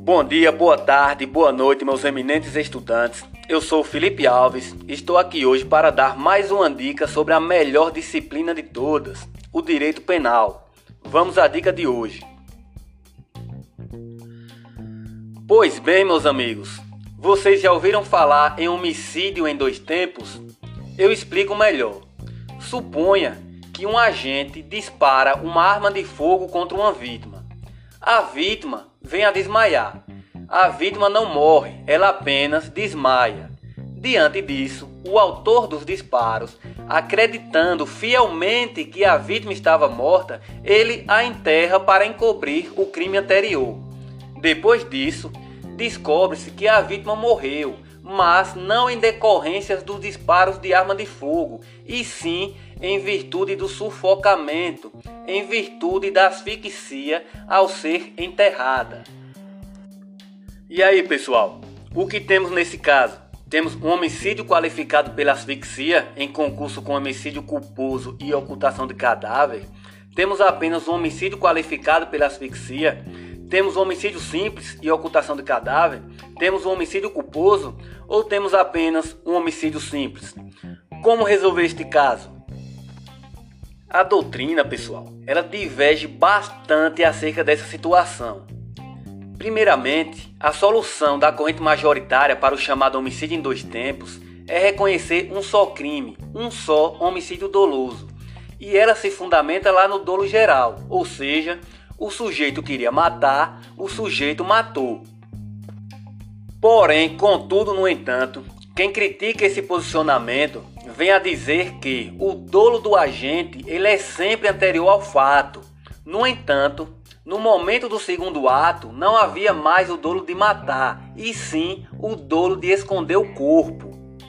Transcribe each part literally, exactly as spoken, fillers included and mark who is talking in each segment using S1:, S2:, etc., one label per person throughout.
S1: Bom dia, boa tarde, boa noite, meus eminentes estudantes. Eu sou Felipe Alves e estou aqui hoje para dar mais uma dica sobre a melhor disciplina de todas, o direito penal. Vamos à dica de hoje. Pois bem, meus amigos, vocês já ouviram falar em homicídio em dois tempos? Eu explico melhor. Suponha que um agente dispara uma arma de fogo contra uma vítima. A vítima vem a desmaiar. A vítima não morre, ela apenas desmaia. Diante disso, o autor dos disparos, acreditando fielmente que a vítima estava morta, ele a enterra para encobrir o crime anterior. Depois disso, descobre-se que a vítima morreu, mas não em decorrência dos disparos de arma de fogo, e sim em virtude do sufocamento, em virtude da asfixia ao ser enterrada. E aí, pessoal, o que temos nesse caso? Temos um homicídio qualificado pela asfixia em concurso com homicídio culposo e ocultação de cadáver? Temos apenas um homicídio qualificado pela asfixia? Temos um homicídio simples e ocultação de cadáver? Temos um homicídio culposo? Ou temos apenas um homicídio simples? Como resolver este caso? A doutrina, pessoal, ela diverge bastante acerca dessa situação. Primeiramente, a solução da corrente majoritária para o chamado homicídio em dois tempos é reconhecer um só crime, um só homicídio doloso. E ela se fundamenta lá no dolo geral, ou seja, o sujeito queria matar, o sujeito matou. Porém, contudo, no entanto, quem critica esse posicionamento vem a dizer que o dolo do agente ele é sempre anterior ao fato. No entanto, no momento do segundo ato, não havia mais o dolo de matar, e sim o dolo de esconder o corpo.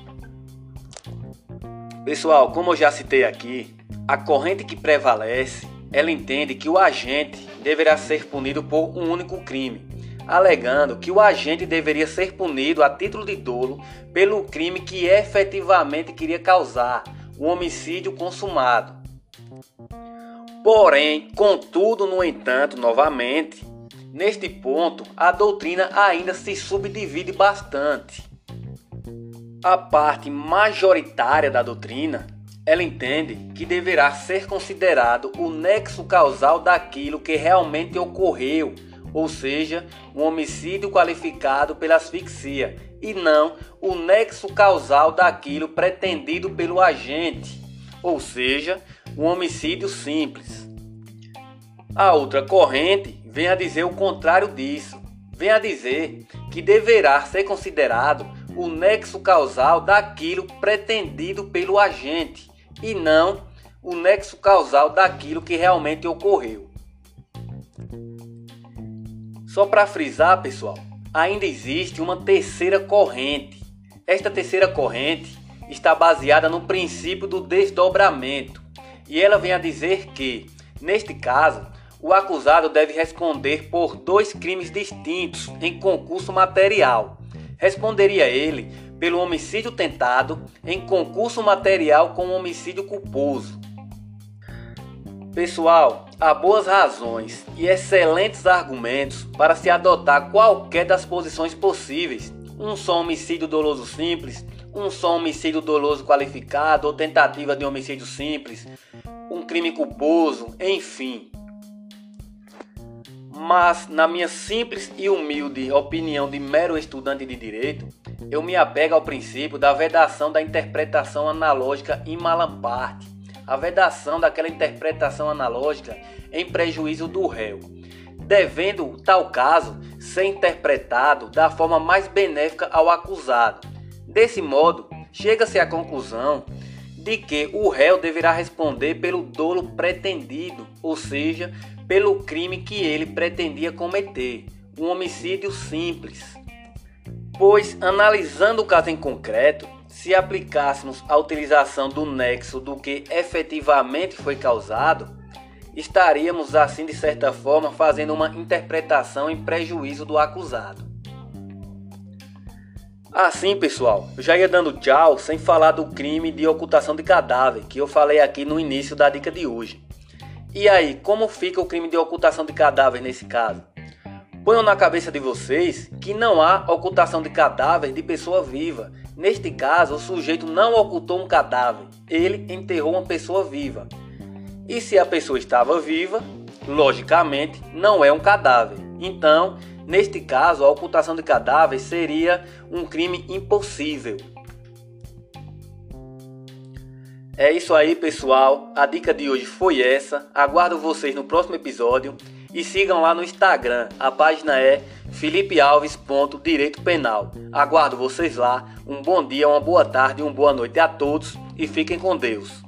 S1: Pessoal, como eu já citei aqui, a corrente que prevalece, ela entende que o agente deverá ser punido por um único crime, alegando que o agente deveria ser punido a título de dolo pelo crime que efetivamente queria causar, o homicídio consumado. Porém, contudo, no entanto, novamente, neste ponto, a doutrina ainda se subdivide bastante. A parte majoritária da doutrina, ela entende que deverá ser considerado o nexo causal daquilo que realmente ocorreu, ou seja, um homicídio qualificado pela asfixia, e não o nexo causal daquilo pretendido pelo agente, ou seja, um homicídio simples. A outra corrente vem a dizer o contrário disso, vem a dizer que deverá ser considerado o nexo causal daquilo pretendido pelo agente, e não o nexo causal daquilo que realmente ocorreu. Só para frisar, pessoal, ainda existe uma terceira corrente. Esta terceira corrente está baseada no princípio do desdobramento, e ela vem a dizer que, neste caso, o acusado deve responder por dois crimes distintos em concurso material. Responderia ele pelo homicídio tentado em concurso material com homicídio culposo. Pessoal, há boas razões e excelentes argumentos para se adotar qualquer das posições possíveis. Um só homicídio doloso simples, um só homicídio doloso qualificado ou tentativa de homicídio simples, um crime culposo, enfim. Mas, na minha simples e humilde opinião de mero estudante de direito, eu me apego ao princípio da vedação da interpretação analógica in malam parte, a vedação daquela interpretação analógica em prejuízo do réu, devendo tal caso ser interpretado da forma mais benéfica ao acusado. Desse modo, chega-se à conclusão de que o réu deverá responder pelo dolo pretendido, ou seja, pelo crime que ele pretendia cometer, um homicídio simples. Pois, analisando o caso em concreto, se aplicássemos a utilização do nexo do que efetivamente foi causado, estaríamos assim, de certa forma, fazendo uma interpretação em prejuízo do acusado. Assim, pessoal, eu já ia dando tchau sem falar do crime de ocultação de cadáver, que eu falei aqui no início da dica de hoje. E aí, como fica o crime de ocultação de cadáver nesse caso? Ponham na cabeça de vocês que não há ocultação de cadáver de pessoa viva. Neste caso, o sujeito não ocultou um cadáver, ele enterrou uma pessoa viva. E se a pessoa estava viva, logicamente, não é um cadáver. Então, neste caso, a ocultação de cadáver seria um crime impossível. É isso aí, pessoal. A dica de hoje foi essa. Aguardo vocês no próximo episódio. E sigam lá no Instagram. A página é felipe alves ponto direito penal. Aguardo vocês lá. Um bom dia, uma boa tarde e uma boa noite a todos. E fiquem com Deus.